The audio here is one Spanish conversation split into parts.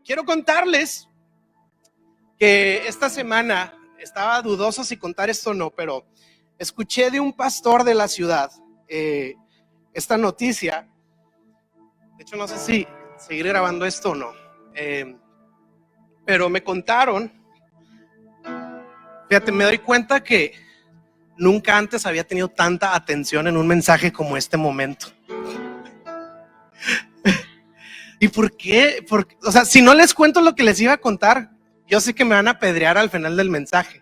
Quiero contarles que esta semana estaba dudoso si contar esto o no, pero escuché de un pastor de la ciudad esta noticia. De hecho, no sé si seguir grabando esto o no, pero me contaron. Fíjate, me doy cuenta que nunca antes había tenido tanta atención en un mensaje como este momento. ¿Y por qué? O sea, si no les cuento lo que les iba a contar, yo sé que me van a apedrear al final del mensaje.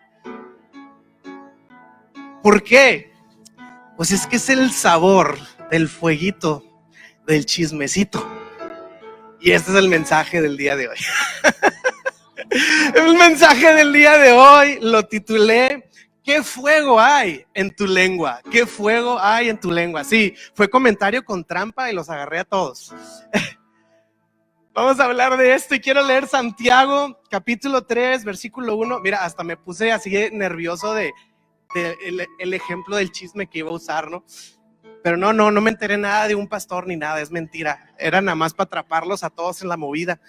¿Por qué? Pues es que es el sabor del fueguito, del chismecito. Y este es el mensaje del día de hoy. El mensaje del día de hoy lo titulé: ¿qué fuego hay en tu lengua? ¿Qué fuego hay en tu lengua? Sí, fue comentario con trampa y los agarré a todos. Vamos a hablar de esto y quiero leer Santiago, capítulo 3, versículo 1. Mira, hasta me puse así nervioso de el ejemplo del chisme que iba a usar, ¿no? Pero no me enteré nada de un pastor ni nada, es mentira. Era nada más para atraparlos a todos en la movida.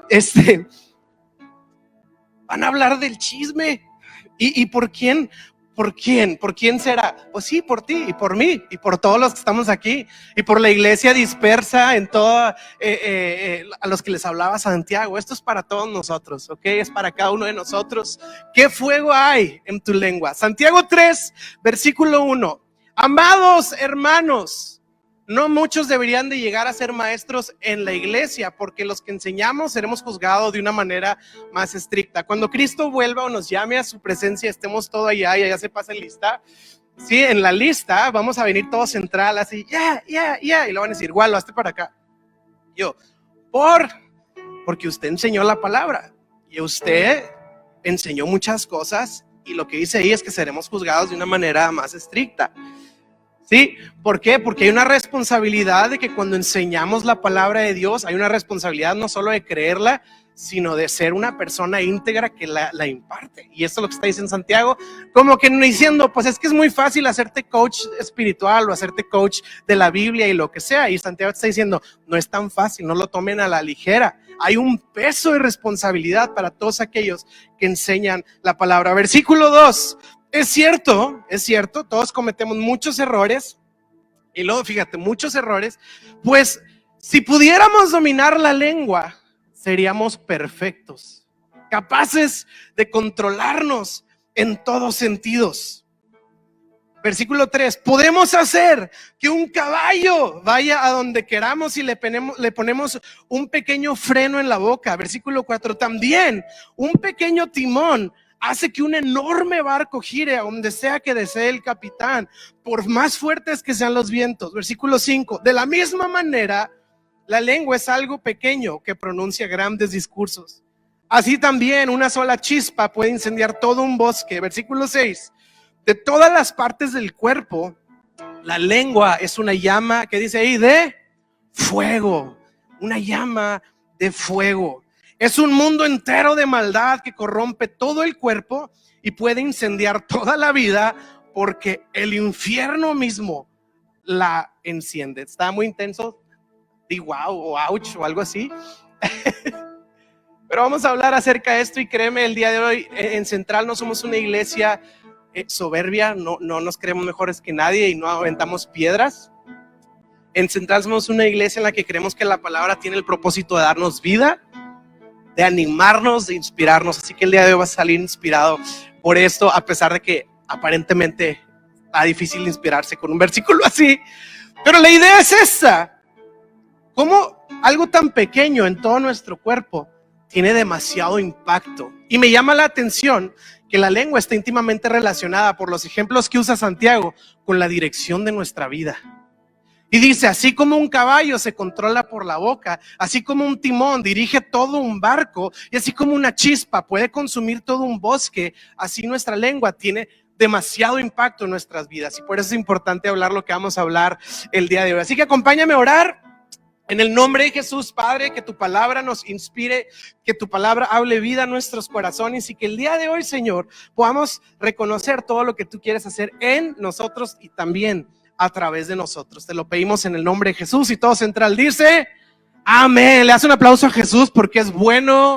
Van a hablar del chisme. ¿Y por quién? ¿Por quién? ¿Por quién será? Pues sí, por ti y por mí y por todos los que estamos aquí y por la iglesia dispersa en toda, a los que les hablaba Santiago. Esto es para todos nosotros, ¿ok? Es para cada uno de nosotros. ¿Qué fuego hay en tu lengua? Santiago 3, versículo 1. Amados hermanos, no muchos deberían de llegar a ser maestros en la iglesia, porque los que enseñamos seremos juzgados de una manera más estricta. Cuando Cristo vuelva o nos llame a su presencia, estemos todos allá y allá se pasa lista. Sí, en la lista vamos a venir todos central así, y lo van a decir, Gualo, hazte para acá. Yo, porque usted enseñó la palabra y usted enseñó muchas cosas, y lo que dice ahí es que seremos juzgados de una manera más estricta. ¿Sí? ¿Por qué? Porque hay una responsabilidad de que cuando enseñamos la palabra de Dios, hay una responsabilidad no solo de creerla, sino de ser una persona íntegra que la imparte. Y esto es lo que está diciendo Santiago, como que diciendo, pues es que es muy fácil hacerte coach espiritual o hacerte coach de la Biblia y lo que sea. Y Santiago está diciendo, no es tan fácil, no lo tomen a la ligera. Hay un peso de responsabilidad para todos aquellos que enseñan la palabra. Versículo 2. Es cierto, todos cometemos muchos errores. Y luego fíjate, muchos errores. Pues si pudiéramos dominar la lengua, seríamos perfectos, capaces de controlarnos en todos sentidos. Versículo 3, podemos hacer que un caballo vaya a donde queramos y le ponemos un pequeño freno en la boca. Versículo 4, también un pequeño timón hace que un enorme barco gire a donde sea que desee el capitán, por más fuertes que sean los vientos. Versículo 5, de la misma manera, la lengua es algo pequeño que pronuncia grandes discursos. Así también una sola chispa puede incendiar todo un bosque. Versículo 6, de todas las partes del cuerpo, la lengua es una llama, ¿qué dice ahí? De fuego, una llama de fuego. Es un mundo entero de maldad que corrompe todo el cuerpo y puede incendiar toda la vida, porque el infierno mismo la enciende. Está muy intenso, di wow o ouch o algo así. Pero vamos a hablar acerca de esto y créeme, el día de hoy en Central no somos una iglesia soberbia, no nos creemos mejores que nadie y no aventamos piedras. En Central somos una iglesia en la que creemos que la palabra tiene el propósito de darnos vida, de animarnos, de inspirarnos. Así que el día de hoy vas a salir inspirado por esto, a pesar de que aparentemente está difícil inspirarse con un versículo así. Pero la idea es esta: cómo algo tan pequeño en todo nuestro cuerpo tiene demasiado impacto. Y me llama la atención que la lengua está íntimamente relacionada, por los ejemplos que usa Santiago, con la dirección de nuestra vida. Y dice, así como un caballo se controla por la boca, así como un timón dirige todo un barco, y así como una chispa puede consumir todo un bosque, así nuestra lengua tiene demasiado impacto en nuestras vidas. Y por eso es importante hablar lo que vamos a hablar el día de hoy. Así que acompáñame a orar. En el nombre de Jesús, Padre, que tu palabra nos inspire, que tu palabra hable vida a nuestros corazones y que el día de hoy, Señor, podamos reconocer todo lo que tú quieres hacer en nosotros y también a través de nosotros. Te lo pedimos en el nombre de Jesús, y todo Central dice Amén. Le hace un aplauso a Jesús porque es bueno.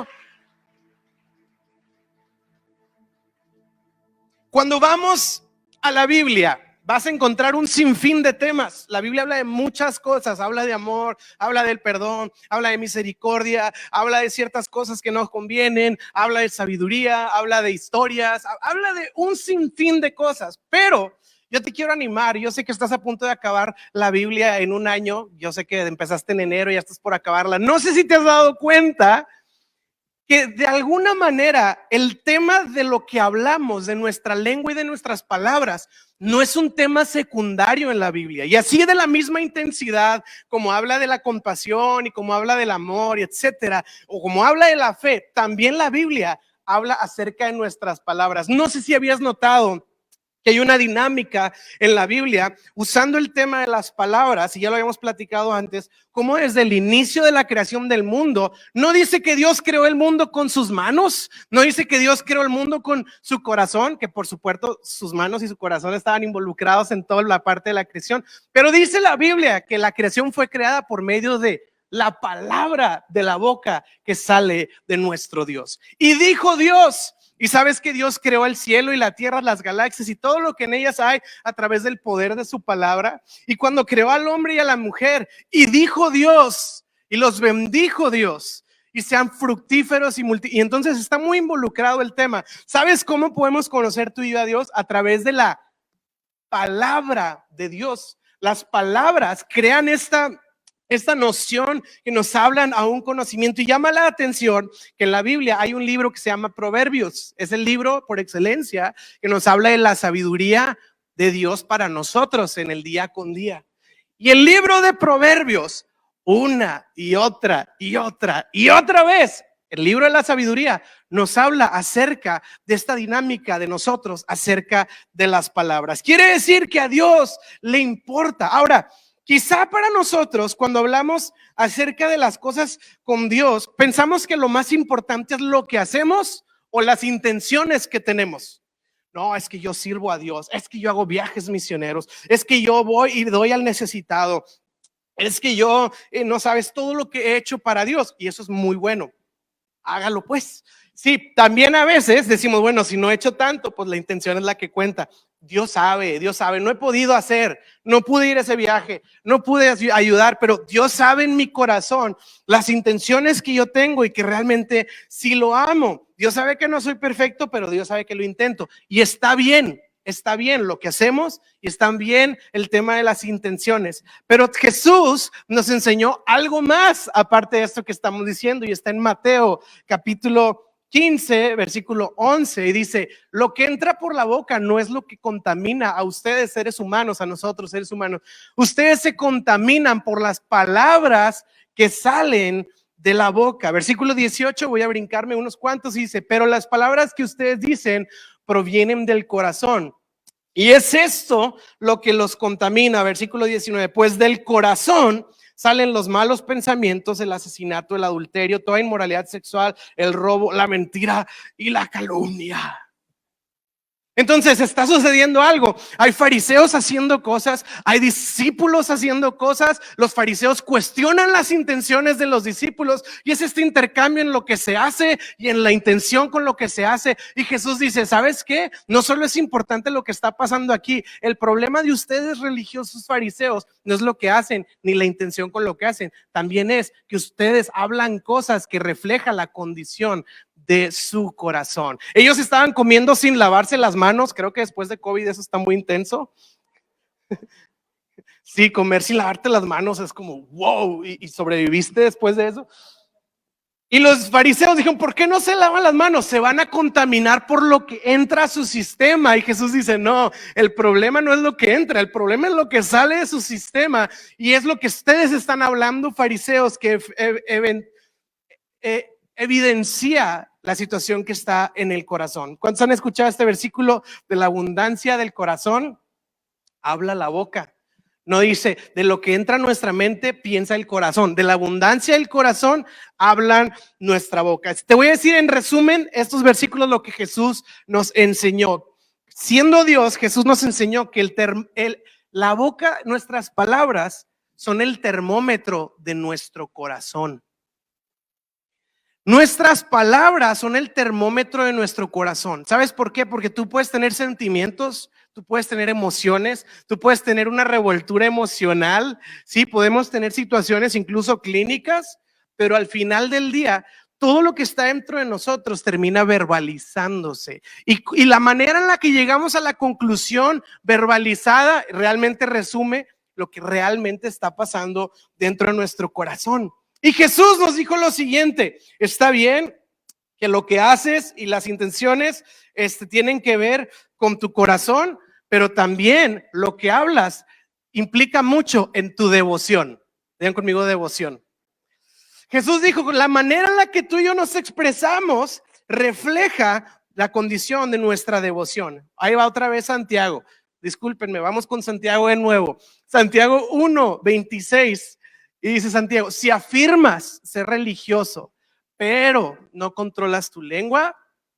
Cuando vamos a la Biblia, vas a encontrar un sinfín de temas. La Biblia habla de muchas cosas, habla de amor, habla del perdón, habla de misericordia, habla de ciertas cosas que nos convienen, habla de sabiduría, habla de historias, habla de un sinfín de cosas. Pero yo te quiero animar, yo sé que estás a punto de acabar la Biblia en un año, yo sé que empezaste en enero y ya estás por acabarla. No sé si te has dado cuenta que de alguna manera el tema de lo que hablamos, de nuestra lengua y de nuestras palabras, no es un tema secundario en la Biblia. Y así de la misma intensidad como habla de la compasión y como habla del amor, y etcétera, o como habla de la fe, también la Biblia habla acerca de nuestras palabras. No sé si habías notado que hay una dinámica en la Biblia usando el tema de las palabras, y ya lo habíamos platicado antes, como desde el inicio de la creación del mundo, no dice que Dios creó el mundo con sus manos, no dice que Dios creó el mundo con su corazón, que por supuesto sus manos y su corazón estaban involucrados en toda la parte de la creación, pero dice la Biblia que la creación fue creada por medio de la palabra de la boca que sale de nuestro Dios. Y dijo Dios. Y sabes que Dios creó el cielo y la tierra, las galaxias y todo lo que en ellas hay a través del poder de su palabra. Y cuando creó al hombre y a la mujer, y dijo Dios, y los bendijo Dios, y sean fructíferos y entonces está muy involucrado el tema. ¿Sabes cómo podemos conocer tú y yo a Dios? A través de la palabra de Dios. Las palabras crean esta noción que nos hablan a un conocimiento, y llama la atención que en la Biblia hay un libro que se llama Proverbios. Es el libro por excelencia que nos habla de la sabiduría de Dios para nosotros en el día con día. Y el libro de Proverbios, una y otra y otra y otra vez, el libro de la sabiduría nos habla acerca de esta dinámica de nosotros, acerca de las palabras. Quiere decir que a Dios le importa. Ahora, quizá para nosotros, cuando hablamos acerca de las cosas con Dios, pensamos que lo más importante es lo que hacemos o las intenciones que tenemos. No, es que yo sirvo a Dios, es que yo hago viajes misioneros, es que yo voy y doy al necesitado, es que yo, no sabes todo lo que he hecho para Dios, y eso es muy bueno. Hágalo pues. Sí, también a veces decimos, bueno, si no he hecho tanto, pues la intención es la que cuenta. Dios sabe, no he podido hacer, no pude ir a ese viaje, no pude ayudar, pero Dios sabe en mi corazón las intenciones que yo tengo y que realmente sí lo amo. Dios sabe que no soy perfecto, pero Dios sabe que lo intento, y está bien lo que hacemos, y está bien el tema de las intenciones. Pero Jesús nos enseñó algo más aparte de esto que estamos diciendo, y está en Mateo capítulo 15, versículo 11, y dice: lo que entra por la boca no es lo que contamina a ustedes seres humanos, a nosotros seres humanos. Ustedes se contaminan por las palabras que salen de la boca. Versículo 18, voy a brincarme unos cuantos, y dice: pero las palabras que ustedes dicen provienen del corazón, y es esto lo que los contamina. Versículo 19, pues del corazón salen los malos pensamientos, el asesinato, el adulterio, toda inmoralidad sexual, el robo, la mentira y la calumnia. Entonces está sucediendo algo. Hay fariseos haciendo cosas, hay discípulos haciendo cosas. Los fariseos cuestionan las intenciones de los discípulos, y es este intercambio en lo que se hace y en la intención con lo que se hace. Y Jesús dice: ¿sabes qué? No solo es importante lo que está pasando aquí. El problema de ustedes religiosos fariseos no es lo que hacen ni la intención con lo que hacen. También es que ustedes hablan cosas que reflejan la condición de su corazón. Ellos estaban comiendo sin lavarse las manos. Creo que después de COVID eso está muy intenso. Sí, comer sin lavarte las manos es como wow, y sobreviviste después de eso. Y los fariseos dijeron: ¿por qué no se lavan las manos? Se van a contaminar por lo que entra a su sistema. Y Jesús dice: no, el problema no es lo que entra, el problema es lo que sale de su sistema. Y es lo que ustedes están hablando, fariseos, que evidencia la situación que está en el corazón. ¿Cuántos han escuchado este versículo de la abundancia del corazón? Habla la boca. No dice: de lo que entra a nuestra mente piensa el corazón. De la abundancia del corazón hablan nuestra boca. Te voy a decir en resumen estos versículos lo que Jesús nos enseñó. Siendo Dios, Jesús nos enseñó que la boca, nuestras palabras son el termómetro de nuestro corazón. Nuestras palabras son el termómetro de nuestro corazón. ¿Sabes por qué? Porque tú puedes tener sentimientos, tú puedes tener emociones, tú puedes tener una revoltura emocional, sí, podemos tener situaciones incluso clínicas, pero al final del día, todo lo que está dentro de nosotros termina verbalizándose. Y la manera en la que llegamos a la conclusión verbalizada realmente resume lo que realmente está pasando dentro de nuestro corazón. Y Jesús nos dijo lo siguiente: está bien que lo que haces y las intenciones tienen que ver con tu corazón, pero también lo que hablas implica mucho en tu devoción. Digan conmigo devoción. Jesús dijo, la manera en la que tú y yo nos expresamos refleja la condición de nuestra devoción. Ahí va otra vez Santiago. Discúlpenme, vamos con Santiago de nuevo. Santiago 1:26. Y dice Santiago, si afirmas ser religioso, pero no controlas tu lengua,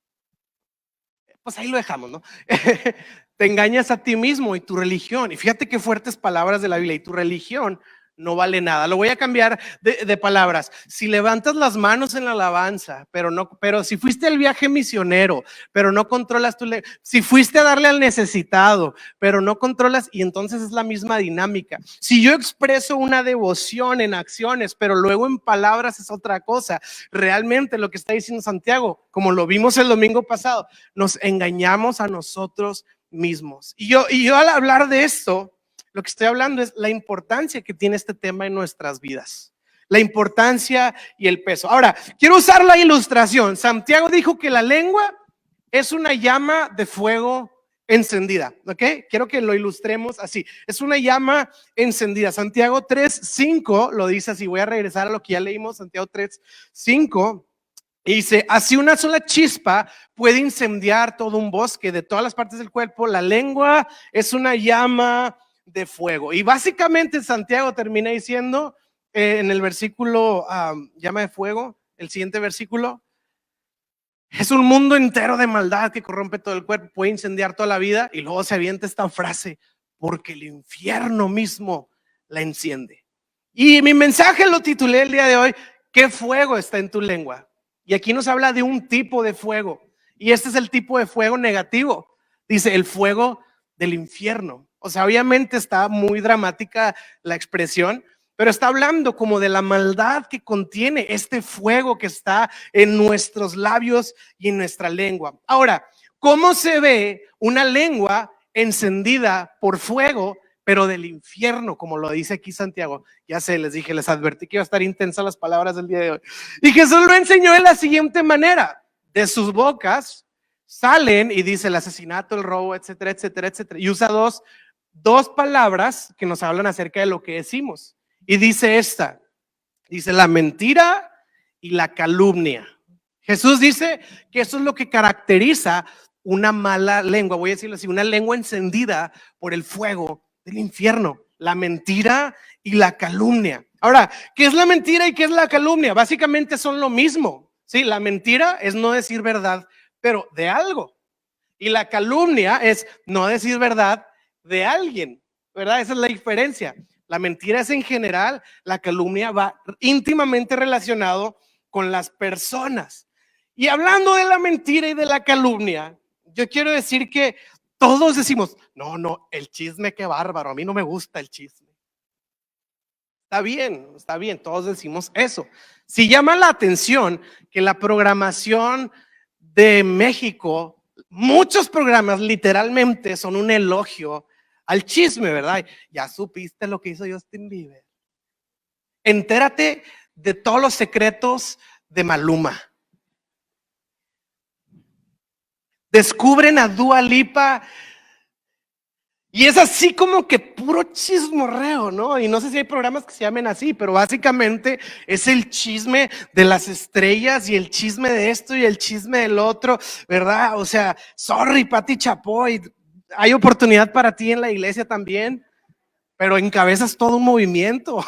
pues ahí lo dejamos, ¿no? Te engañas a ti mismo y tu religión. Y fíjate qué fuertes palabras de la Biblia. Y tu religión no vale nada. Lo voy a cambiar de palabras. Si levantas las manos en la alabanza, pero si fuiste al viaje misionero, pero no controlas tu lengua, si fuiste a darle al necesitado, pero no controlas, y entonces es la misma dinámica. Si yo expreso una devoción en acciones, pero luego en palabras es otra cosa, realmente lo que está diciendo Santiago, como lo vimos el domingo pasado, nos engañamos a nosotros mismos. Y yo al hablar de esto, lo que estoy hablando es la importancia que tiene este tema en nuestras vidas, la importancia y el peso. Ahora, quiero usar la ilustración. Santiago dijo que la lengua es una llama de fuego encendida, ¿ok? Quiero que lo ilustremos así. Es una llama encendida. Santiago 3:5 lo dice así. Voy a regresar a lo que ya leímos, Santiago 3:5. Y dice, así una sola chispa puede incendiar todo un bosque de todas las partes del cuerpo. La lengua es una llama de fuego. Y básicamente Santiago termina diciendo en el versículo llama de fuego, el siguiente versículo, es un mundo entero de maldad que corrompe todo el cuerpo, puede incendiar toda la vida. Y luego se avienta esta frase, porque el infierno mismo la enciende. Y mi mensaje lo titulé el día de hoy, ¿qué fuego está en tu lengua? Y aquí nos habla de un tipo de fuego. Y este es el tipo de fuego negativo. Dice el fuego del infierno. O sea, obviamente está muy dramática la expresión, pero está hablando como de la maldad que contiene este fuego que está en nuestros labios y en nuestra lengua. Ahora, ¿cómo se ve una lengua encendida por fuego, pero del infierno, como lo dice aquí Santiago? Ya sé, les dije, les advertí que iba a estar intensa las palabras del día de hoy. Y Jesús lo enseñó de la siguiente manera: de sus bocas salen, y dice el asesinato, el robo, etcétera, etcétera, etcétera. Y usa dos palabras que nos hablan acerca de lo que decimos. Y dice dice la mentira y la calumnia. Jesús dice que eso es lo que caracteriza una mala lengua, voy a decirlo así, una lengua encendida por el fuego del infierno, la mentira y la calumnia. Ahora, ¿qué es la mentira y qué es la calumnia? Básicamente son lo mismo, ¿sí? La mentira es no decir verdad, pero de algo. Y la calumnia es no decir verdad de alguien, ¿verdad? Esa es la diferencia. La mentira es en general, la calumnia va íntimamente relacionado con las personas. Y hablando de la mentira y de la calumnia, yo quiero decir que todos decimos, no, el chisme, qué bárbaro, a mí no me gusta el chisme. Está bien, todos decimos eso. Si llama la atención que la programación de México, muchos programas literalmente son un elogio al chisme, ¿verdad? Ya supiste lo que hizo Justin Bieber. Entérate de todos los secretos de Maluma. Descubren a Dua Lipa y es así como que puro chismorreo, ¿no? Y no sé si hay programas que se llamen así, pero básicamente es el chisme de las estrellas y el chisme de esto y el chisme del otro, ¿verdad? O sea, sorry, Pati Chapoy, hay oportunidad para ti en la iglesia también, pero encabezas todo un movimiento.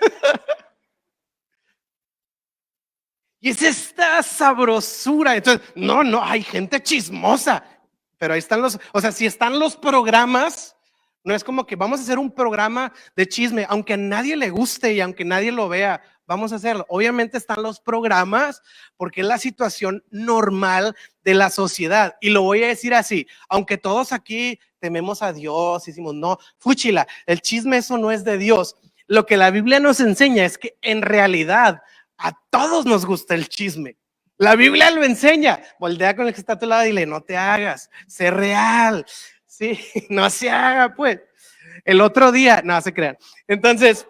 Y es esta sabrosura. Entonces, no, hay gente chismosa, pero ahí están o sea, si están los programas, No es como que vamos a hacer un programa de chisme, aunque a nadie le guste y aunque nadie lo vea, vamos a hacerlo. Obviamente están los programas porque es la situación normal de la sociedad. Y lo voy a decir así, aunque todos aquí tememos a Dios y decimos, no, fúchila, el chisme eso no es de Dios. Lo que la Biblia nos enseña es que en realidad a todos nos gusta el chisme. La Biblia lo enseña. Voltea con el que está a tu lado y dile, no te hagas, sé real. Sí, no se haga, pues. El otro día, no se crean. Entonces,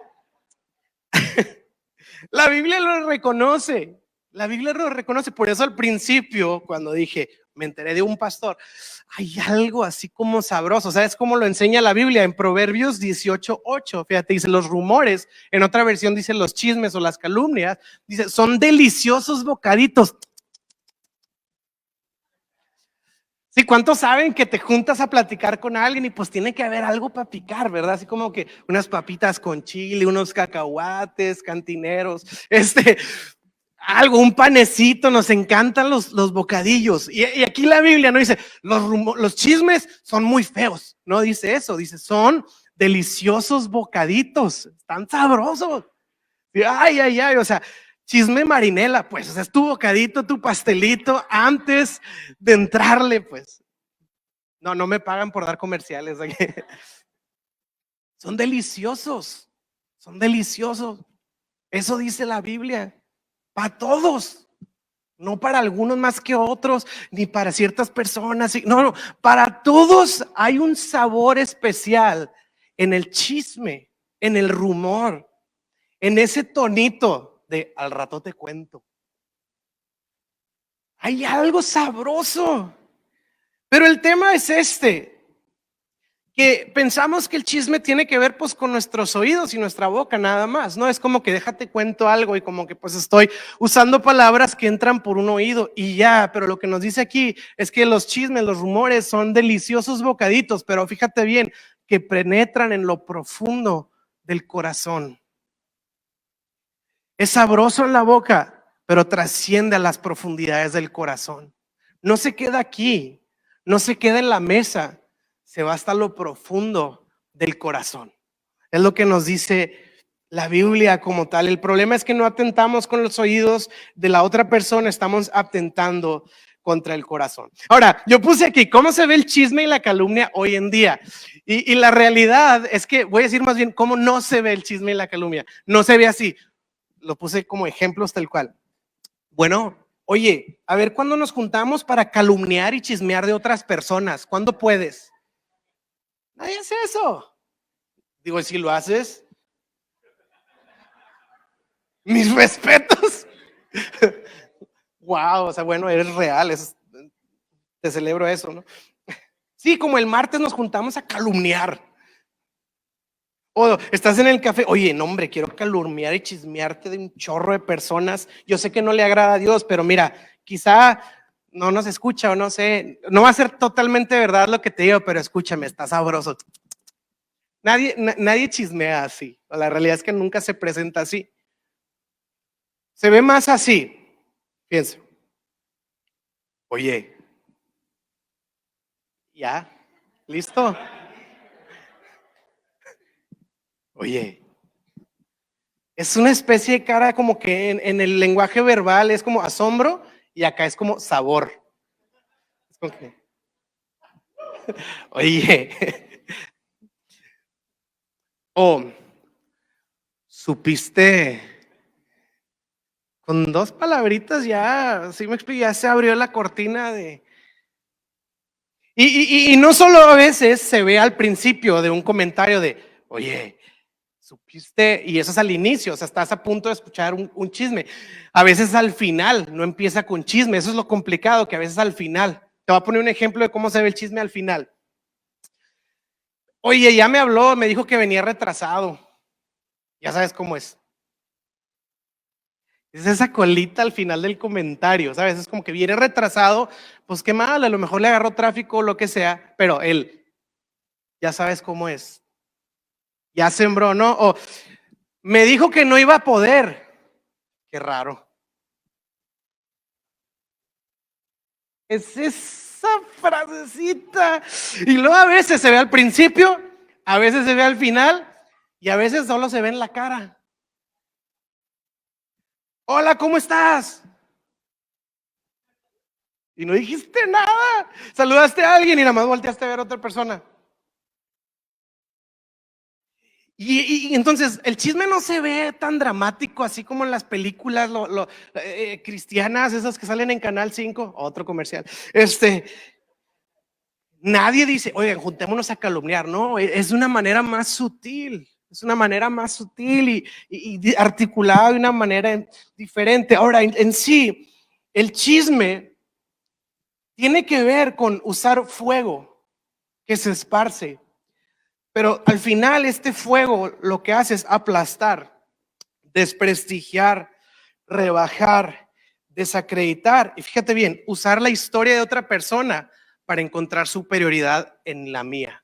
la Biblia lo reconoce. La Biblia lo reconoce. Por eso al principio, cuando dije, me enteré de un pastor, hay algo así como sabroso. ¿Sabes cómo lo enseña la Biblia? En Proverbios 18:8. Fíjate, dice los rumores. En otra versión dice los chismes o las calumnias. Dice, son deliciosos bocaditos. Sí, ¿cuántos saben que te juntas a platicar con alguien y pues tiene que haber algo para picar, ¿verdad? Así como que unas papitas con chile, unos cacahuates, cantineros, algo, un panecito, nos encantan los bocadillos. Y aquí la Biblia no dice, los chismes son muy feos, no dice eso, dice, son deliciosos bocaditos, están sabrosos. Y ay, o sea, chisme marinela, pues, o sea, es tu bocadito, tu pastelito antes de entrarle, pues. No me pagan por dar comerciales. Son deliciosos, son deliciosos. Eso dice la Biblia, para todos, no para algunos más que otros, ni para ciertas personas. No, para todos hay un sabor especial en el chisme, en el rumor, en ese tonito de al rato te cuento. Hay algo sabroso. Pero el tema es que pensamos que el chisme tiene que ver pues con nuestros oídos y nuestra boca nada más, ¿no? Es como que déjate cuento algo y como que pues estoy usando palabras que entran por un oído y ya, pero lo que nos dice aquí es que los chismes, los rumores son deliciosos bocaditos, pero fíjate bien, que penetran en lo profundo del corazón. Es sabroso en la boca, pero trasciende a las profundidades del corazón. No se queda aquí, no se queda en la mesa, se va hasta lo profundo del corazón. Es lo que nos dice la Biblia como tal. El problema es que no atentamos con los oídos de la otra persona, estamos atentando contra el corazón. Ahora, yo puse aquí, ¿cómo se ve el chisme y la calumnia hoy en día? Y la realidad es que, voy a decir más bien, ¿cómo no se ve el chisme y la calumnia? No se ve así. Lo puse como ejemplos tal cual. Bueno, oye, a ver, ¿cuándo nos juntamos para calumniar y chismear de otras personas? ¿Cuándo puedes? Nadie hace eso. Digo, si lo haces, mis respetos. Wow, o sea, bueno, eres real, te celebro eso, ¿no? Sí, como el martes nos juntamos a calumniar. O estás en el café, oye, no hombre, quiero calumniar y chismearte de un chorro de personas. Yo sé que no le agrada a Dios, pero mira, quizá no nos escucha o no sé, no va a ser totalmente verdad lo que te digo, pero escúchame, está sabroso. Nadie chismea así. La realidad es que nunca se presenta así. Se ve más así. Fíjense. Oye, ¿ya? ¿Listo? Oye, es una especie de cara como que en el lenguaje verbal es como asombro y acá es como sabor. Es como que, oye, supiste con dos palabritas ya, sí me explico, ya se abrió la cortina de... Y no solo a veces se ve al principio de un comentario de, oye, supiste, y eso es al inicio, o sea, estás a punto de escuchar un chisme. A veces al final, no empieza con chisme, eso es lo complicado, que a veces al final. Te voy a poner un ejemplo de cómo se ve el chisme al final. Oye, ya me habló, me dijo que venía retrasado. Ya sabes cómo es. Es esa colita al final del comentario, ¿sabes? Es como que viene retrasado, pues qué mal, a lo mejor le agarró tráfico o lo que sea, pero él, ya sabes cómo es. Ya sembró, ¿no? O me dijo que no iba a poder. Qué raro. Es esa frasecita. Y luego a veces se ve al principio, A veces se ve al final y a veces solo se ve en la cara. Hola, ¿cómo estás? Y no dijiste nada. Saludaste a alguien y nada más volteaste a ver a otra persona. Y entonces el chisme no se ve tan dramático así como en las películas cristianas, esas que salen en Canal 5, otro comercial. Nadie dice, oigan, juntémonos a calumniar. No, es una manera más sutil. Es una manera más sutil y articulada de una manera diferente. Ahora, en sí, el chisme tiene que ver con usar fuego que se esparce. Pero al final este fuego lo que hace es aplastar, desprestigiar, rebajar, desacreditar. Y fíjate bien, usar la historia de otra persona para encontrar superioridad en la mía.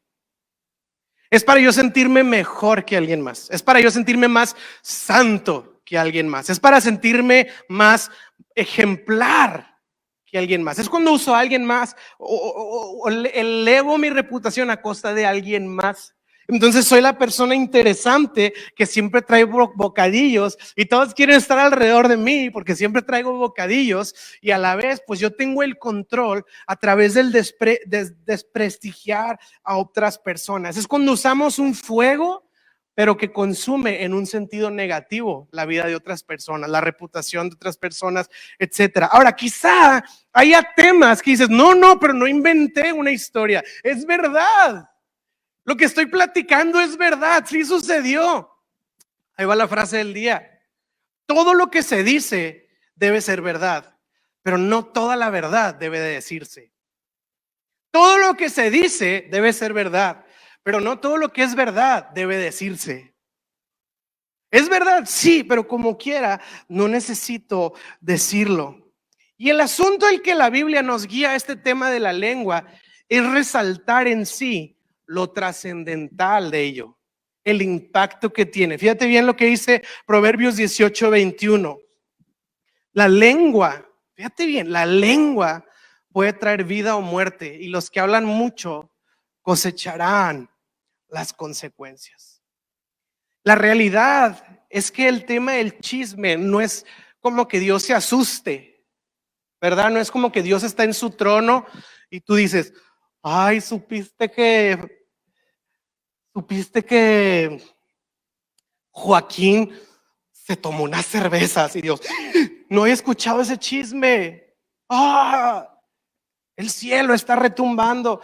Es para yo sentirme mejor que alguien más. Es para yo sentirme más santo que alguien más. Es para sentirme más ejemplar que alguien más. Es cuando uso a alguien más o elevo mi reputación a costa de alguien más. Entonces soy la persona interesante que siempre trae bocadillos y todos quieren estar alrededor de mí porque siempre traigo bocadillos y a la vez pues yo tengo el control a través del desprestigiar a otras personas. Es cuando usamos un fuego pero que consume en un sentido negativo la vida de otras personas, la reputación de otras personas, etcétera. Ahora, quizá haya temas que dices, no, pero no inventé una historia. Es verdad. Lo que estoy platicando es verdad, sí sucedió. Ahí va la frase del día. Todo lo que se dice debe ser verdad, pero no toda la verdad debe de decirse. Todo lo que se dice debe ser verdad, pero no todo lo que es verdad debe decirse. Es verdad, sí, pero como quiera, no necesito decirlo. Y el asunto en que la Biblia nos guía a este tema de la lengua es resaltar en sí lo trascendental de ello, el impacto que tiene. Fíjate bien lo que dice Proverbios 18:21. La lengua, fíjate bien, la lengua puede traer vida o muerte y los que hablan mucho cosecharán las consecuencias. La realidad es que el tema del chisme no es como que Dios se asuste, ¿verdad? No es como que Dios está en su trono y tú dices, ay, supiste que Joaquín se tomó unas cervezas y Dios, no he escuchado ese chisme. El cielo está retumbando.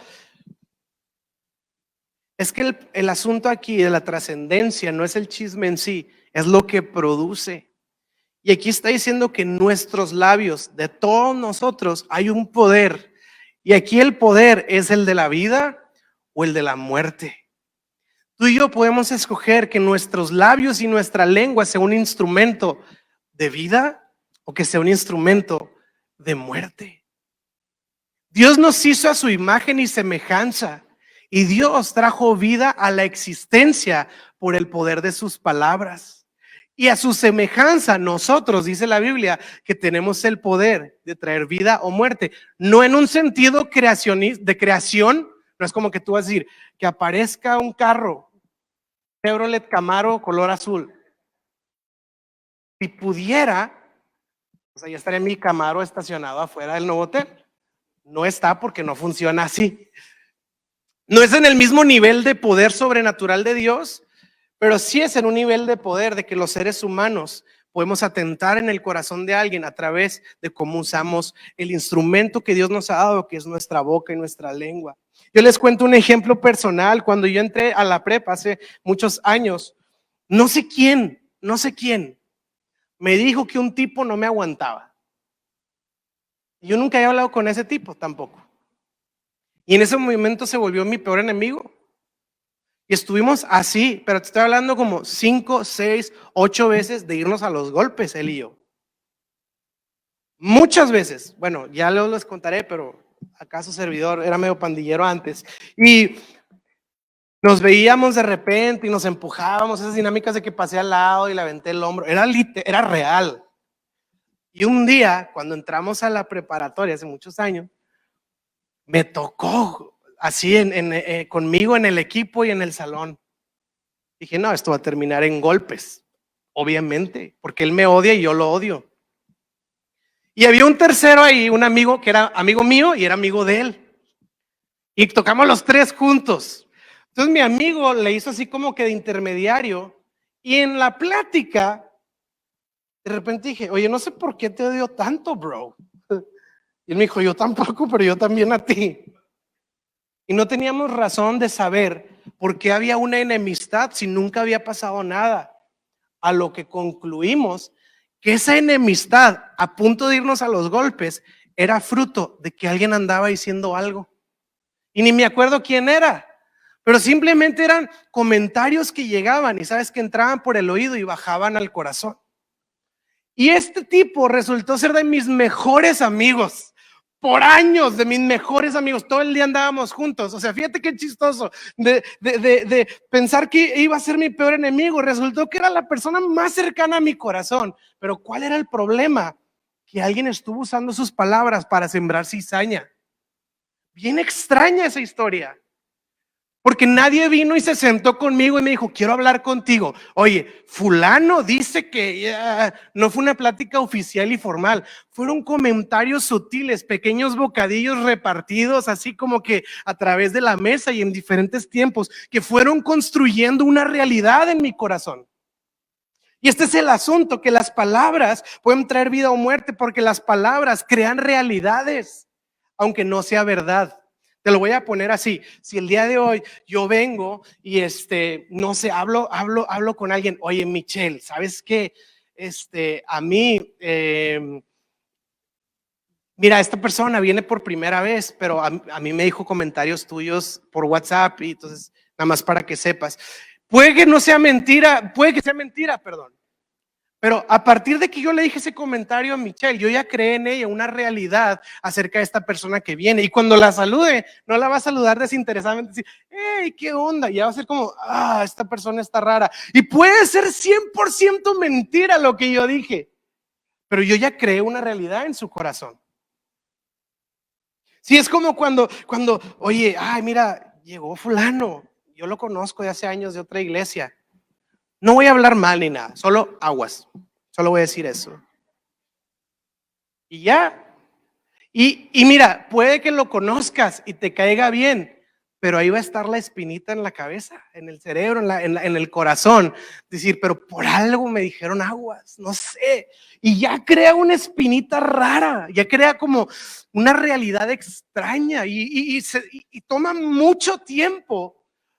Es que el asunto aquí de la trascendencia no es el chisme en sí, es lo que produce. Y aquí está diciendo que en nuestros labios, de todos nosotros, hay un poder. Y aquí el poder es el de la vida o el de la muerte. Tú y yo podemos escoger que nuestros labios y nuestra lengua sea un instrumento de vida o que sea un instrumento de muerte. Dios nos hizo a su imagen y semejanza y Dios trajo vida a la existencia por el poder de sus palabras. Y a su semejanza nosotros, dice la Biblia, que tenemos el poder de traer vida o muerte. No en un sentido de creación, no es como que tú vas a decir que aparezca un carro Chevrolet Camaro color azul. Si pudiera, pues ahí estaría mi Camaro estacionado afuera del nuevo hotel. No está porque no funciona así. No es en el mismo nivel de poder sobrenatural de Dios, pero sí es en un nivel de poder de que los seres humanos podemos atentar en el corazón de alguien a través de cómo usamos el instrumento que Dios nos ha dado, que es nuestra boca y nuestra lengua. Yo les cuento un ejemplo personal. Cuando yo entré a la prepa hace muchos años, no sé quién me dijo que un tipo no me aguantaba. Yo nunca había hablado con ese tipo tampoco. Y en ese momento se volvió mi peor enemigo. Y estuvimos así, pero te estoy hablando como 5, 6, 8 veces de irnos a los golpes, él y yo. Muchas veces. Bueno, ya luego les contaré, pero acá su servidor era medio pandillero antes. Y nos veíamos de repente y nos empujábamos, esas dinámicas de que pasé al lado y le aventé el hombro. Era real. Y un día, cuando entramos a la preparatoria hace muchos años, me tocó así conmigo en el equipo y en el salón. Dije, no, esto va a terminar en golpes, obviamente, porque él me odia y yo lo odio. Y había un tercero ahí, un amigo que era amigo mío y era amigo de él. Y tocamos los tres juntos. Entonces mi amigo le hizo así como que de intermediario. Y en la plática, de repente dije, oye, no sé por qué te odio tanto, bro. Y él me dijo, yo tampoco, pero yo también a ti. Y no teníamos razón de saber por qué había una enemistad si nunca había pasado nada. A lo que concluimos que esa enemistad, a punto de irnos a los golpes, era fruto de que alguien andaba diciendo algo. Y ni me acuerdo quién era, pero simplemente eran comentarios que llegaban y sabes que entraban por el oído y bajaban al corazón. Y este tipo resultó ser de mis mejores amigos. Por años, de mis mejores amigos, todo el día andábamos juntos. O sea, fíjate qué chistoso de pensar que iba a ser mi peor enemigo. Resultó que era la persona más cercana a mi corazón. Pero ¿cuál era el problema? Que alguien estuvo usando sus palabras para sembrar cizaña. Bien extraña esa historia. Porque nadie vino y se sentó conmigo y me dijo, quiero hablar contigo. Oye, fulano dice que no fue una plática oficial y formal. Fueron comentarios sutiles, pequeños bocadillos repartidos así como que a través de la mesa y en diferentes tiempos que fueron construyendo una realidad en mi corazón. Y este es el asunto, que las palabras pueden traer vida o muerte porque las palabras crean realidades, aunque no sea verdad. Te lo voy a poner así. Si el día de hoy yo vengo y no sé, hablo con alguien, oye, Michelle, ¿sabes qué? A mí, mira, esta persona viene por primera vez, pero a mí me dijo comentarios tuyos por WhatsApp y entonces, nada más para que sepas. Puede que sea mentira, perdón. Pero a partir de que yo le dije ese comentario a Michelle, yo ya creé en ella una realidad acerca de esta persona que viene. Y cuando la salude, no la va a saludar desinteresadamente, decir, hey, ¿qué onda? Y ya va a ser como, esta persona está rara. Y puede ser 100% mentira lo que yo dije, pero yo ya creé una realidad en su corazón. Sí, es como cuando, oye, mira, llegó fulano, yo lo conozco de hace años de otra iglesia. No voy a hablar mal ni nada, solo aguas. Solo voy a decir eso. Y ya. Y mira, puede que lo conozcas y te caiga bien, pero ahí va a estar la espinita en la cabeza, en el cerebro, en el corazón. Decir, pero por algo me dijeron aguas, no sé. Y ya crea una espinita rara, ya crea como una realidad extraña y toma mucho tiempo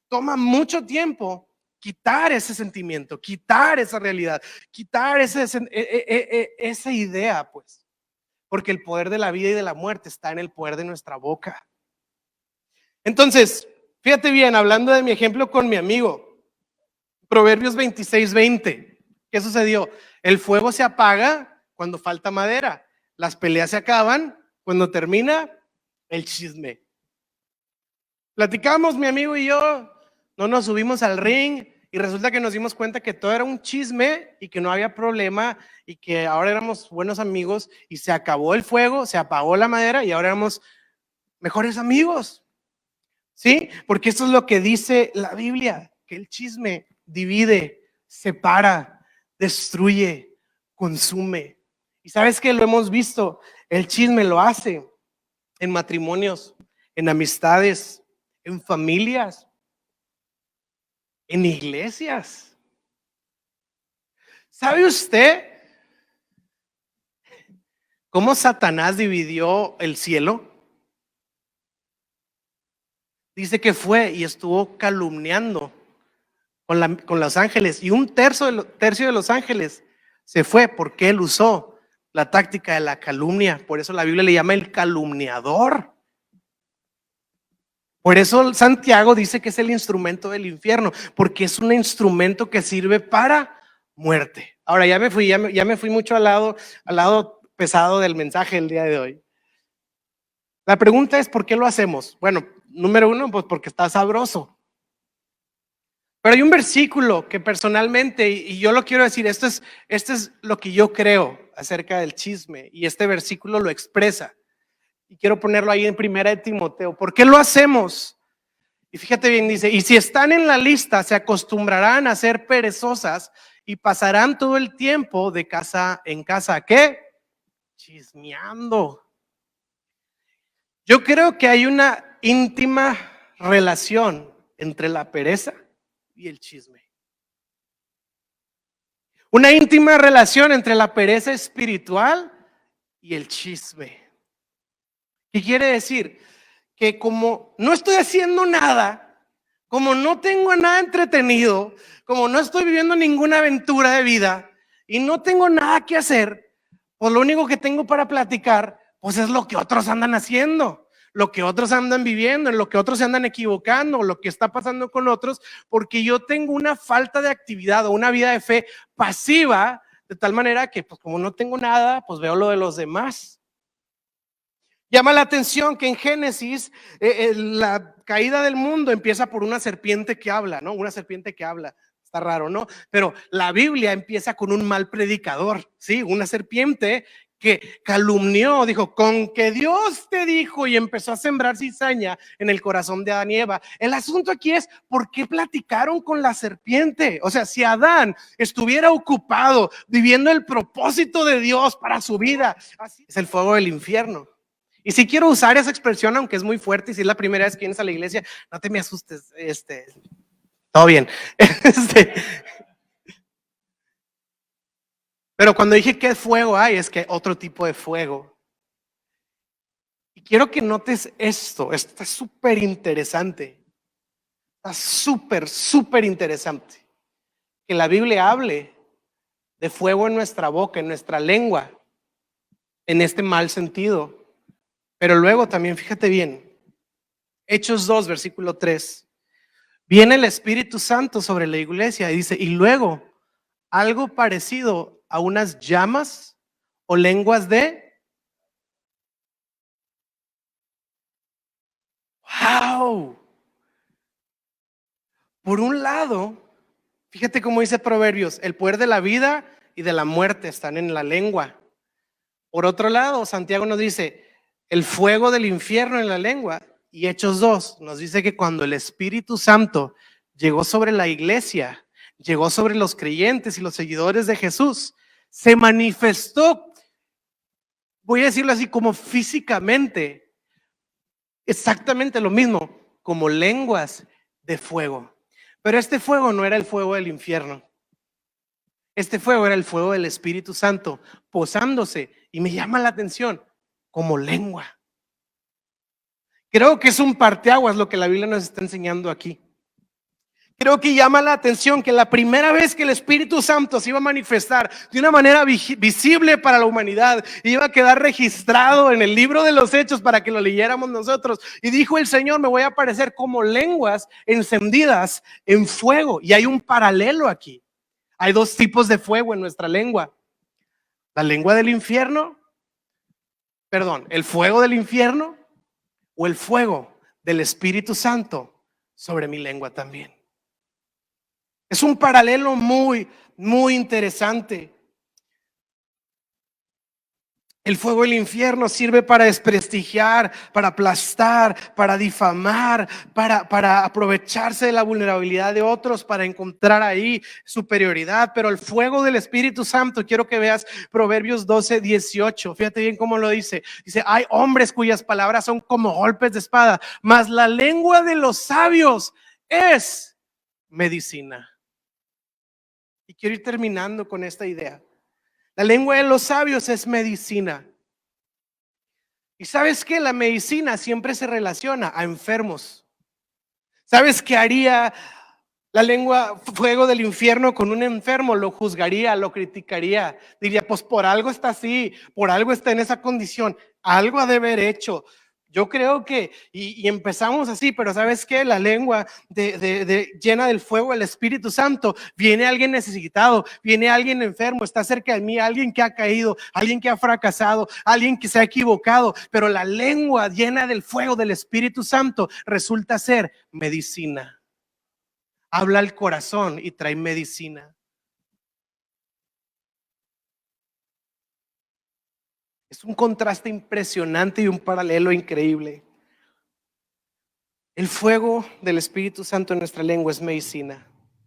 quitar ese sentimiento, quitar esa realidad, quitar esa idea, pues. Porque el poder de la vida y de la muerte está en el poder de nuestra boca. Entonces, fíjate bien, hablando de mi ejemplo con mi amigo, Proverbios 26:20, ¿qué sucedió? El fuego se apaga cuando falta madera, las peleas se acaban cuando termina el chisme. Platicamos mi amigo y yo, no nos subimos al ring y resulta que nos dimos cuenta que todo era un chisme y que no había problema y que ahora éramos buenos amigos y se acabó el fuego, se apagó la madera y ahora éramos mejores amigos. ¿Sí? Porque eso es lo que dice la Biblia, que el chisme divide, separa, destruye, consume. Y sabes que lo hemos visto, el chisme lo hace en matrimonios, en amistades, en familias, en iglesias. ¿Sabe usted cómo Satanás dividió el cielo? Dice que fue y estuvo calumniando con los ángeles, y un tercio de los ángeles se fue porque él usó la táctica de la calumnia. Por eso la Biblia le llama el calumniador. Por eso Santiago dice que es el instrumento del infierno, porque es un instrumento que sirve para muerte. Ahora ya me fui mucho al lado pesado del mensaje del día de hoy. La pregunta es, ¿por qué lo hacemos? Bueno, número uno, pues porque está sabroso. Pero hay un versículo que personalmente, y yo lo quiero decir, esto es lo que yo creo acerca del chisme, y este versículo lo expresa. Y quiero ponerlo ahí en Primera de Timoteo. ¿Por qué lo hacemos? Y fíjate bien, dice, y si están en la lista, se acostumbrarán a ser perezosas y pasarán todo el tiempo de casa en casa. ¿Qué? Chismeando. Yo creo que hay una íntima relación entre la pereza y el chisme. Una íntima relación entre la pereza espiritual y el chisme. ¿Qué quiere decir? Que como no estoy haciendo nada, como no tengo nada entretenido, como no estoy viviendo ninguna aventura de vida y no tengo nada que hacer, pues lo único que tengo para platicar, pues es lo que otros andan haciendo, lo que otros andan viviendo, en lo que otros se andan equivocando, lo que está pasando con otros, porque yo tengo una falta de actividad o una vida de fe pasiva, de tal manera que pues como no tengo nada, pues veo lo de los demás. Llama la atención que en Génesis la caída del mundo empieza por una serpiente que habla, ¿no? Una serpiente que habla. Está raro, ¿no? Pero la Biblia empieza con un mal predicador, ¿sí? Una serpiente que calumnió, dijo, con que Dios te dijo, y empezó a sembrar cizaña en el corazón de Adán y Eva. El asunto aquí es, ¿por qué platicaron con la serpiente? O sea, si Adán estuviera ocupado viviendo el propósito de Dios para su vida, así es el fuego del infierno. Y si quiero usar esa expresión, aunque es muy fuerte, y si es la primera vez que vienes a la iglesia, no te me asustes, todo bien. Pero cuando dije qué fuego hay, es que otro tipo de fuego. Y quiero que notes esto está súper interesante. Está súper interesante. Que la Biblia hable de fuego en nuestra boca, en nuestra lengua, en este mal sentido. Pero luego también, fíjate bien, Hechos 2, versículo 3. Viene el Espíritu Santo sobre la iglesia y dice, y luego algo parecido a unas llamas o lenguas de... ¡Wow! Por un lado, fíjate cómo dice Proverbios, el poder de la vida y de la muerte están en la lengua. Por otro lado, Santiago nos dice, el fuego del infierno en la lengua. Y Hechos 2 nos dice que cuando el Espíritu Santo llegó sobre la iglesia, llegó sobre los creyentes y los seguidores de Jesús, se manifestó, voy a decirlo así, como físicamente, exactamente lo mismo, como lenguas de fuego. Pero este fuego no era el fuego del infierno. Este fuego era el fuego del Espíritu Santo posándose, y me llama la atención, como lengua. Creo que es un parteaguas lo que la Biblia nos está enseñando aquí. Creo que llama la atención que la primera vez que el Espíritu Santo se iba a manifestar de una manera visible para la humanidad, iba a quedar registrado en el libro de los Hechos para que lo leyéramos nosotros. Y dijo el Señor, me voy a aparecer como lenguas encendidas en fuego. Y hay un paralelo aquí. Hay dos tipos de fuego en nuestra lengua. La lengua del infierno, perdón, el fuego del infierno o el fuego del Espíritu Santo sobre mi lengua también. Es un paralelo muy interesante. El fuego del infierno sirve para desprestigiar, para aplastar, para difamar, para aprovecharse de la vulnerabilidad de otros, para encontrar ahí superioridad. Pero el fuego del Espíritu Santo, quiero que veas Proverbios 12:18. Fíjate bien cómo lo dice. Dice, hay hombres cuyas palabras son como golpes de espada, mas la lengua de los sabios es medicina. Y quiero ir terminando con esta idea. La lengua de los sabios es medicina. ¿Y sabes qué? La medicina siempre se relaciona a enfermos. ¿Sabes qué haría la lengua fuego del infierno con un enfermo? Lo juzgaría, lo criticaría. Diría, pues por algo está así, por algo está en esa condición, algo ha de haber hecho. Yo creo que, y empezamos así, pero ¿sabes qué? La lengua llena del fuego del Espíritu Santo, viene alguien necesitado, viene alguien enfermo, está cerca de mí, alguien que ha caído, alguien que ha fracasado, alguien que se ha equivocado, pero la lengua llena del fuego del Espíritu Santo resulta ser medicina. Habla al corazón y trae medicina. Es un contraste impresionante y un paralelo increíble. El fuego del Espíritu Santo en nuestra lengua es medicina.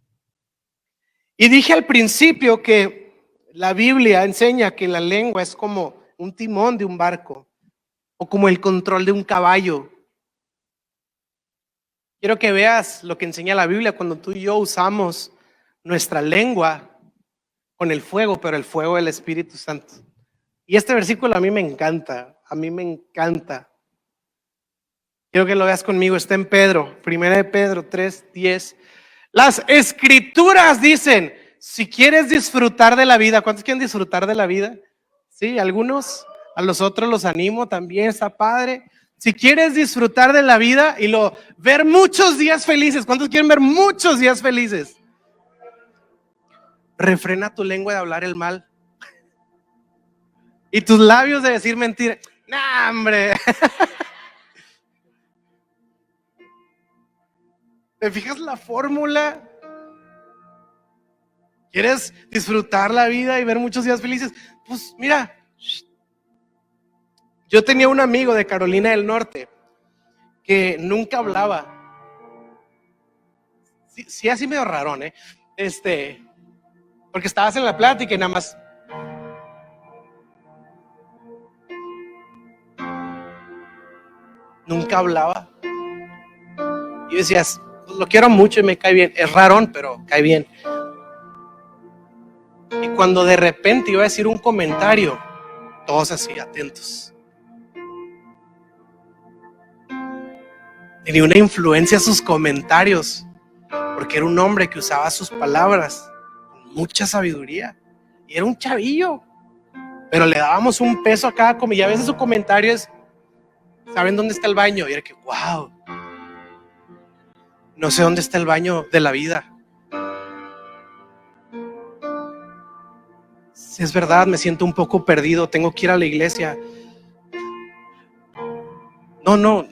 Y dije al principio que la Biblia enseña que la lengua es como un timón de un barco o como el control de un caballo. Quiero que veas lo que enseña la Biblia cuando tú y yo usamos nuestra lengua con el fuego, pero el fuego del Espíritu Santo. Y este versículo a mí me encanta, Quiero que lo veas conmigo, está en Pedro, 1 Pedro 3:10. Las escrituras dicen, si quieres disfrutar de la vida, ¿cuántos quieren disfrutar de la vida? Sí, algunos, a los otros los animo también, está padre. Si quieres disfrutar de la vida y ver muchos días felices, ¿cuántos quieren ver muchos días felices? Refrena tu lengua de hablar el mal y tus labios de decir mentira. ¡Nah, hombre! ¿Te fijas la fórmula? ¿Quieres disfrutar la vida y ver muchos días felices? Pues mira, yo tenía un amigo de Carolina del Norte que nunca hablaba. Sí, así medio rarón, porque estabas en la plática y nada más. Nunca hablaba. Y decías, pues lo quiero mucho y me cae bien. Es rarón, pero cae bien. Y cuando de repente iba a decir un comentario, todos así atentos. Tenía una influencia sus comentarios, porque era un hombre que usaba sus palabras con mucha sabiduría. Y era un chavillo, pero le dábamos un peso a cada comida. Y a veces su comentario es, ¿saben dónde está el baño? Y era que, wow, no sé dónde está el baño de la vida. Si es verdad, me siento un poco perdido, tengo que ir a la iglesia. No.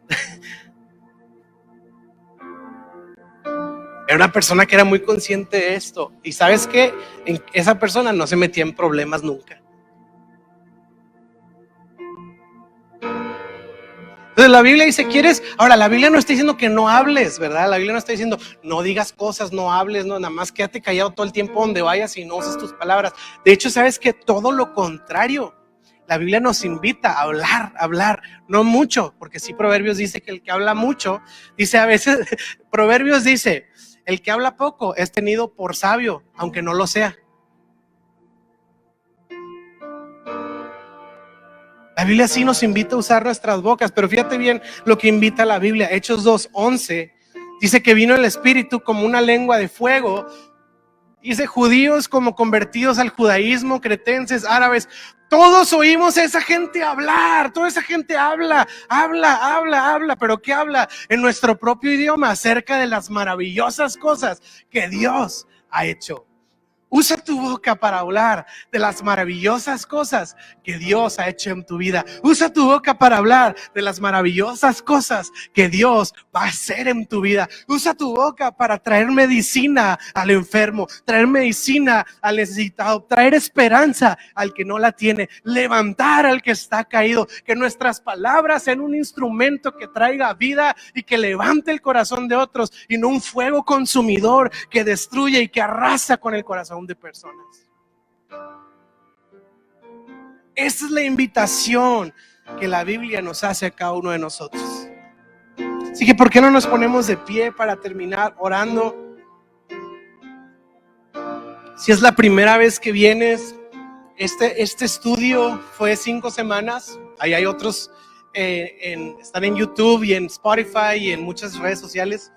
Era una persona que era muy consciente de esto. Y ¿sabes qué? Esa persona no se metía en problemas nunca. Entonces la Biblia dice, ¿quieres? Ahora, la Biblia no está diciendo que no hables, ¿verdad? La Biblia no está diciendo, no digas cosas, no hables, no, nada más quédate callado todo el tiempo donde vayas y no uses tus palabras. De hecho, ¿sabes qué? Todo lo contrario. La Biblia nos invita a hablar, no mucho, porque sí Proverbios dice que el que habla mucho, dice a veces, Proverbios dice, el que habla poco es tenido por sabio, aunque no lo sea. La Biblia sí nos invita a usar nuestras bocas, pero fíjate bien lo que invita la Biblia. Hechos 2:11 dice que vino el Espíritu como una lengua de fuego. Dice judíos como convertidos al judaísmo, cretenses, árabes. Todos oímos a esa gente hablar, toda esa gente habla, pero ¿qué habla? En nuestro propio idioma acerca de las maravillosas cosas que Dios ha hecho. Usa tu boca para hablar de las maravillosas cosas que Dios ha hecho en tu vida. Usa tu boca para hablar de las maravillosas cosas que Dios va a hacer en tu vida. Usa tu boca para traer medicina al enfermo, traer medicina al necesitado, traer esperanza al que no la tiene, levantar al que está caído. Que nuestras palabras sean un instrumento que traiga vida y que levante el corazón de otros y no un fuego consumidor que destruye y que arrasa con el corazón de personas. Esa es la invitación que la Biblia nos hace a cada uno de nosotros. Así que ¿por qué no nos ponemos de pie para terminar orando? Si es la primera vez que vienes, este estudio fue 5 semanas. Ahí hay otros, están en YouTube y en Spotify y en muchas redes sociales.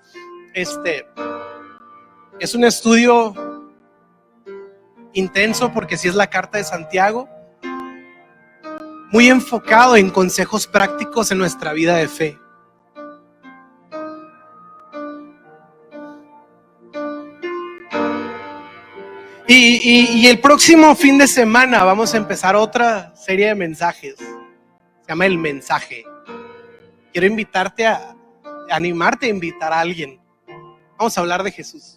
Es un estudio intenso porque sí es la carta de Santiago, muy enfocado en consejos prácticos en nuestra vida de fe. Y el próximo fin de semana vamos a empezar otra serie de mensajes. Se llama El Mensaje. Quiero invitarte animarte a invitar a alguien. Vamos a hablar de Jesús.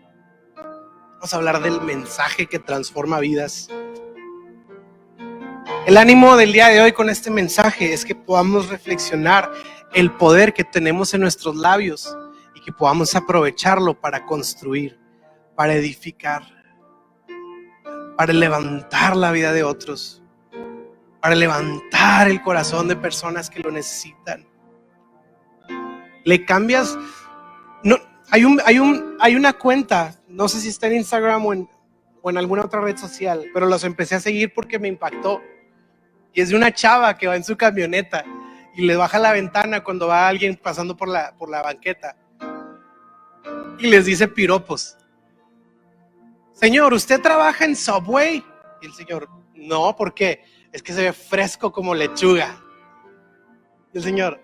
Vamos a hablar del mensaje que transforma vidas. El ánimo del día de hoy con este mensaje es que podamos reflexionar el poder que tenemos en nuestros labios y que podamos aprovecharlo para construir, para edificar, para levantar la vida de otros, para levantar el corazón de personas que lo necesitan. Le cambias, no, hay una cuenta, no sé si está en Instagram o en alguna otra red social, pero los empecé a seguir porque me impactó. Y es de una chava que va en su camioneta y le baja la ventana cuando va alguien pasando por la banqueta y les dice piropos. Señor, ¿usted trabaja en Subway? Y el señor, no, ¿por qué? Es que se ve fresco como lechuga. Y el señor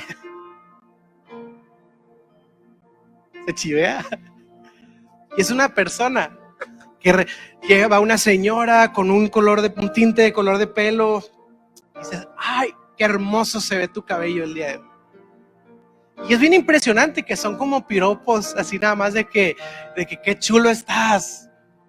se chivea. Y es una persona que lleva una señora con un tinte de color de pelo. Y dices, ay, qué hermoso se ve tu cabello el día de hoy. Y es bien impresionante que son como piropos, así nada más de que qué chulo estás.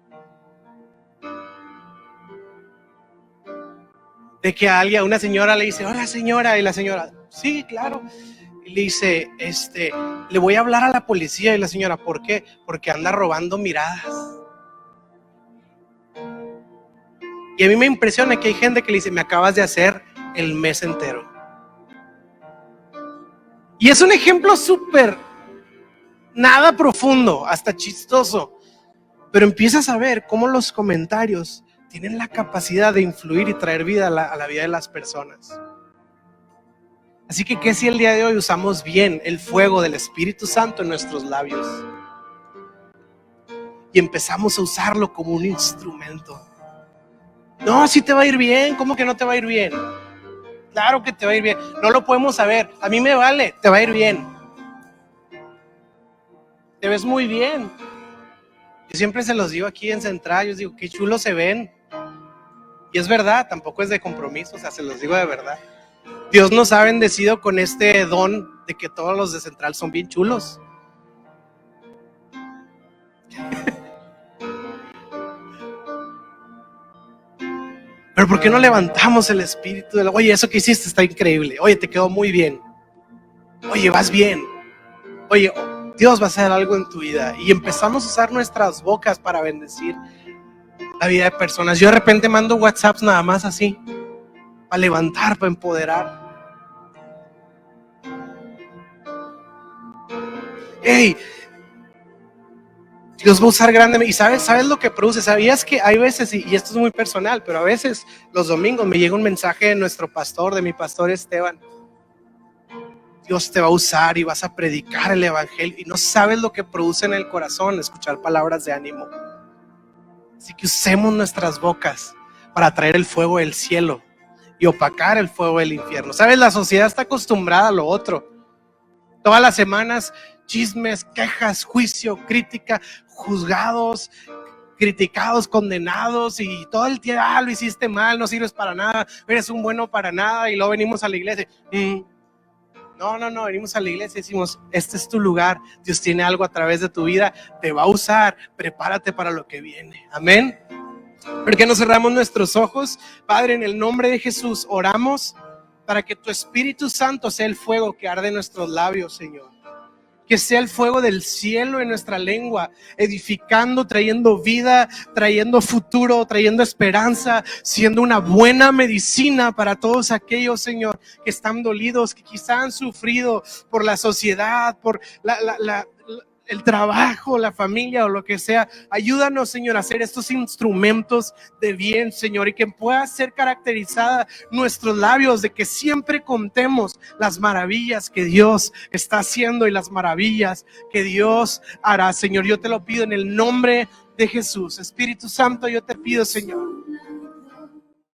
De que a una señora le dice, hola señora, y la señora, sí, claro. Y le dice, le voy a hablar a la policía. Y la señora, ¿por qué? Porque anda robando miradas. Y a mí me impresiona que hay gente que le dice, me acabas de hacer el mes entero. Y es un ejemplo súper, nada profundo, hasta chistoso. Pero empiezas a ver cómo los comentarios tienen la capacidad de influir y traer vida a la vida de las personas. Así que, ¿qué si el día de hoy usamos bien el fuego del Espíritu Santo en nuestros labios? Y empezamos a usarlo como un instrumento. No, sí te va a ir bien. ¿Cómo que no te va a ir bien? Claro que te va a ir bien. No lo podemos saber. A mí me vale, te va a ir bien. Te ves muy bien. Yo siempre se los digo aquí en Central. Yo les digo, qué chulo se ven. Y es verdad, tampoco es de compromiso. O sea, se los digo de verdad. Dios nos ha bendecido con este don de que todos los de Central son bien chulos. Pero ¿por qué no levantamos el espíritu? Oye, eso que hiciste está increíble. Oye, te quedó muy bien. Oye, vas bien. Oye, Dios va a hacer algo en tu vida. Y empezamos a usar nuestras bocas para bendecir la vida de personas. Yo de repente mando WhatsApps nada más así, para levantar, para empoderar. Hey, Dios va a usar grande. Y ¿sabes lo que produce? ¿Sabías que hay veces, y esto es muy personal, pero a veces los domingos me llega un mensaje de nuestro pastor, de mi pastor Esteban? Dios te va a usar y vas a predicar el evangelio. Y no sabes lo que produce en el corazón escuchar palabras de ánimo. Así que usemos nuestras bocas para traer el fuego del cielo y opacar el fuego del infierno. ¿Sabes? La sociedad está acostumbrada a lo otro. Todas las semanas, chismes, quejas, juicio, crítica, juzgados, criticados, condenados, y todo el tiempo, lo hiciste mal, no sirves para nada, eres un bueno para nada. Y luego venimos a la iglesia. No, venimos a la iglesia y decimos, este es tu lugar, Dios tiene algo a través de tu vida, te va a usar, prepárate para lo que viene. Amén. ¿Por qué no cerramos nuestros ojos? Padre, en el nombre de Jesús oramos para que tu Espíritu Santo sea el fuego que arde en nuestros labios, Señor. Que sea el fuego del cielo en nuestra lengua, edificando, trayendo vida, trayendo futuro, trayendo esperanza, siendo una buena medicina para todos aquellos, Señor, que están dolidos, que quizá han sufrido por la sociedad, por el trabajo, la familia o lo que sea. Ayúdanos, Señor, a hacer estos instrumentos de bien, Señor, y que pueda ser caracterizada nuestros labios de que siempre contemos las maravillas que Dios está haciendo y las maravillas que Dios hará, Señor. Yo te lo pido en el nombre de Jesús. Espíritu Santo, yo te pido, Señor,